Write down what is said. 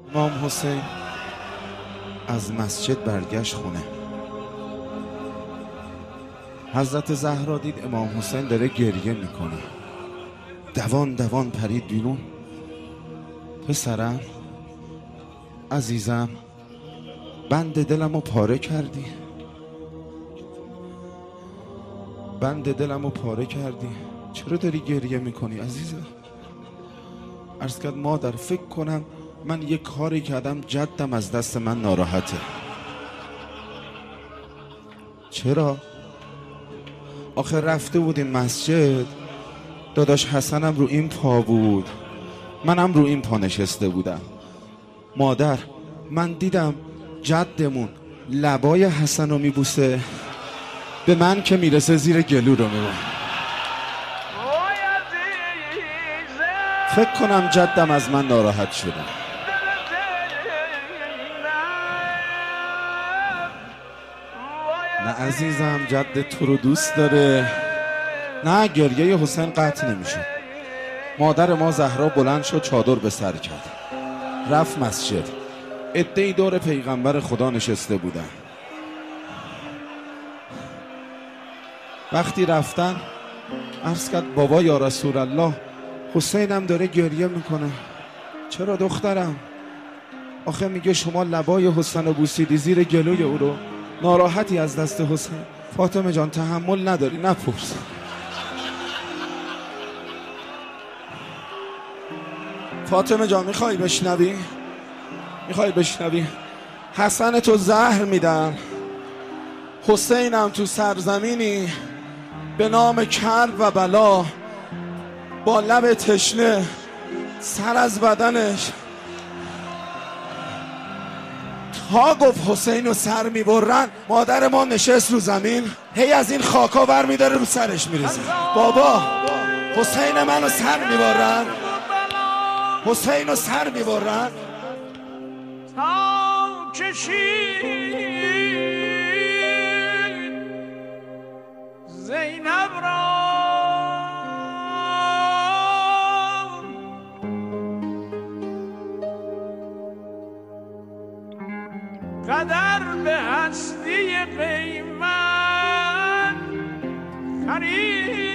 امام حسین از مسجد برگشت خونه. حضرت زهرا دید امام حسین داره گریه میکنه. دوان دوان پرید بیرون. پسرم عزیزم، بند دلمو پاره کردی، بند دلمو پاره کردی، چرا داری گریه میکنی عزیزم؟ عرض کرد مادر فکر کنم من یه کاری کردم جدم از دست من ناراحته. چرا؟ آخه رفته بودیم مسجد، داداش حسنم رو این پا بود، منم رو این پا نشسته بودم. مادر من دیدم جدمون لبای حسن رو میبوسه، به من که میرسه زیر گلو رو میبوسه. فکر کنم جدم از من ناراحت شده. نه عزیزم، جد تو رو دوست داره. نه، گریه حسین قطع نمیشه. مادر ما زهرا بلند شد، چادر به سر کرد، رفت مسجد. عده‌ای دور پیغمبر خدا نشسته بودن. وقتی رفتن عرض کرد بابا یا رسول الله، حسینم داره گریه میکنه. چرا دخترم؟ آخه میگه شما لبای حسین رو بوسیدی زیر گلوی او رو، ناراحتی از دست حسین. فاطمه جان تحمل نداری؟ نپرس. فاطمه جان میخوای بشنوی؟ میخوای بشنوی؟ حسن تو زهر میدن، حسینم تو سرزمینی به نام کرب و بلا با لب تشنه سر از بدنش تا گفت حسین رو سر میبرن. مادر ما نشست رو زمین، هی از این خاکا ور میداره رو سرش میریزه. بابا حسین منو سر میبرن، حسین رو سر میبرن. تا کشید زینب را قدر به هستی قیمت خرید.